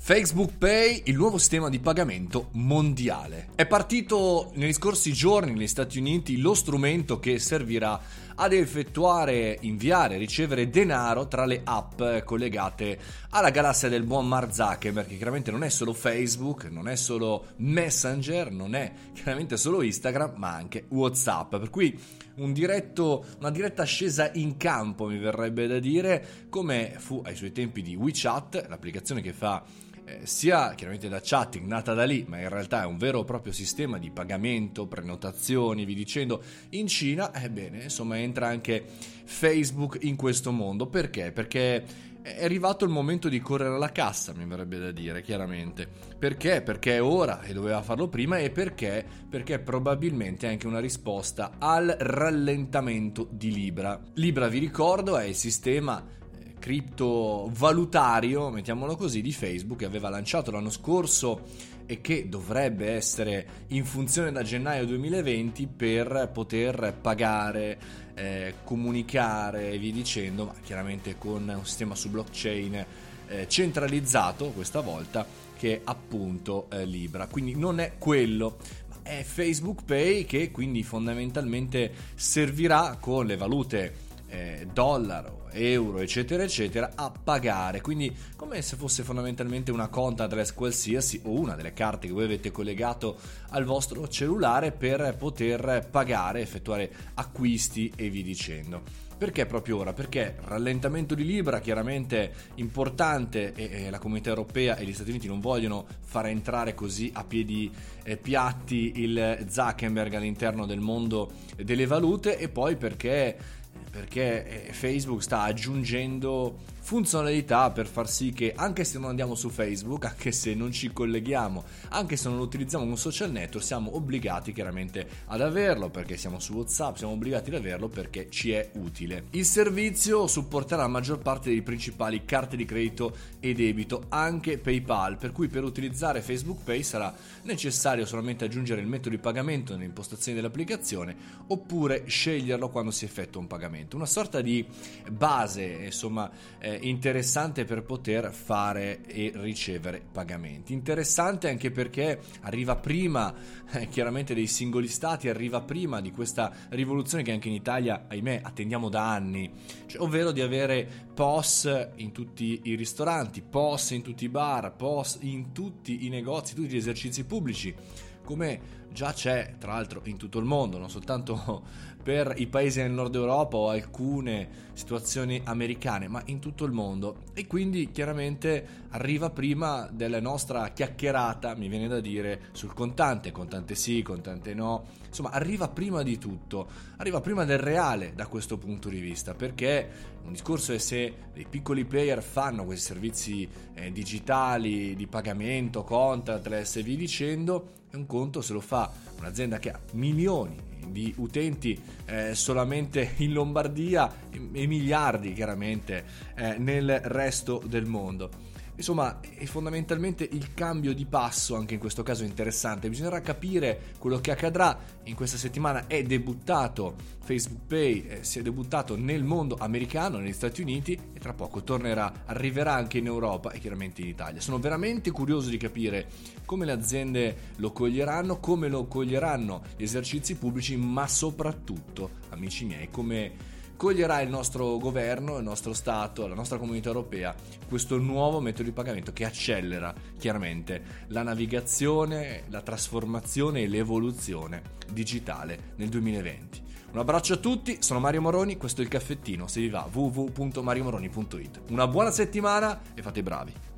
Facebook Pay, il nuovo sistema di pagamento mondiale. È partito negli scorsi giorni negli Stati Uniti lo strumento che servirà ad effettuare, inviare, ricevere denaro tra le app collegate alla galassia del buon Mark Zuckerberg, che chiaramente non è solo Facebook, non è solo Messenger, non è chiaramente solo Instagram, ma anche WhatsApp. Per cui una diretta scesa in campo, mi verrebbe da dire, come fu ai suoi tempi di WeChat, l'applicazione che fa sia chiaramente da chatting, nata da lì, ma in realtà è un vero e proprio sistema di pagamento, prenotazioni, vi dicendo, in Cina. Ebbene, insomma, entra anche Facebook in questo mondo. Perché? Perché è arrivato il momento di correre alla cassa, mi verrebbe da dire, chiaramente. Perché? Perché è ora e doveva farlo prima, e perché probabilmente è anche una risposta al rallentamento di Libra. Libra, vi ricordo, è il sistema criptovalutario, mettiamolo così, di Facebook, che aveva lanciato l'anno scorso e che dovrebbe essere in funzione da gennaio 2020 per poter pagare, comunicare e via dicendo, ma chiaramente con un sistema su blockchain centralizzato questa volta, che è appunto Libra. Quindi non è quello, ma è Facebook Pay, che quindi fondamentalmente servirà con le valute dollaro, euro, eccetera eccetera, a pagare, quindi come se fosse fondamentalmente una contactless qualsiasi, o una delle carte che voi avete collegato al vostro cellulare per poter pagare, effettuare acquisti e via dicendo. Perché proprio ora? Perché rallentamento di Libra chiaramente importante, e la comunità europea e gli Stati Uniti non vogliono far entrare così a piedi piatti il Zuckerberg all'interno del mondo delle valute, e poi perché Facebook sta aggiungendo funzionalità per far sì che, anche se non andiamo su Facebook, anche se non ci colleghiamo, anche se non lo utilizziamo come social network, siamo obbligati chiaramente ad averlo, perché siamo su WhatsApp, siamo obbligati ad averlo perché ci è utile. Il servizio supporterà la maggior parte dei principali carte di credito e debito, anche PayPal, per cui per utilizzare Facebook Pay sarà necessario solamente aggiungere il metodo di pagamento nelle impostazioni dell'applicazione, oppure sceglierlo quando si effettua un pagamento. Una sorta di base, insomma, interessante per poter fare e ricevere pagamenti. Interessante anche perché arriva prima chiaramente dei singoli stati, arriva prima di questa rivoluzione che anche in Italia, ahimè, attendiamo da anni, cioè, ovvero di avere POS in tutti i ristoranti, POS in tutti i bar, POS in tutti i negozi, tutti gli esercizi pubblici, come già c'è tra l'altro in tutto il mondo, non soltanto per i paesi del nord Europa o alcune situazioni americane, ma in tutto il mondo. E quindi chiaramente arriva prima della nostra chiacchierata, mi viene da dire, sul contante sì, contante no, insomma arriva prima di tutto, arriva prima del reale da questo punto di vista, perché un discorso è se dei piccoli player fanno questi servizi digitali di pagamento, contactless e via dicendo, è un conto se lo fa un'azienda che ha milioni di utenti solamente in Lombardia e miliardi chiaramente nel resto del mondo. Insomma, è fondamentalmente il cambio di passo, anche in questo caso interessante. Bisognerà capire quello che accadrà. In questa settimana è debuttato Facebook Pay, si è debuttato nel mondo americano, negli Stati Uniti, e tra poco arriverà anche in Europa e chiaramente in Italia. Sono veramente curioso di capire come le aziende lo coglieranno, come lo coglieranno gli esercizi pubblici, ma soprattutto, amici miei, come coglierà il nostro governo, il nostro Stato, la nostra comunità europea questo nuovo metodo di pagamento che accelera chiaramente la navigazione, la trasformazione e l'evoluzione digitale nel 2020. Un abbraccio a tutti, sono Mario Moroni, questo è il caffettino, se vi va www.mariomoroni.it. Una buona settimana e fate i bravi.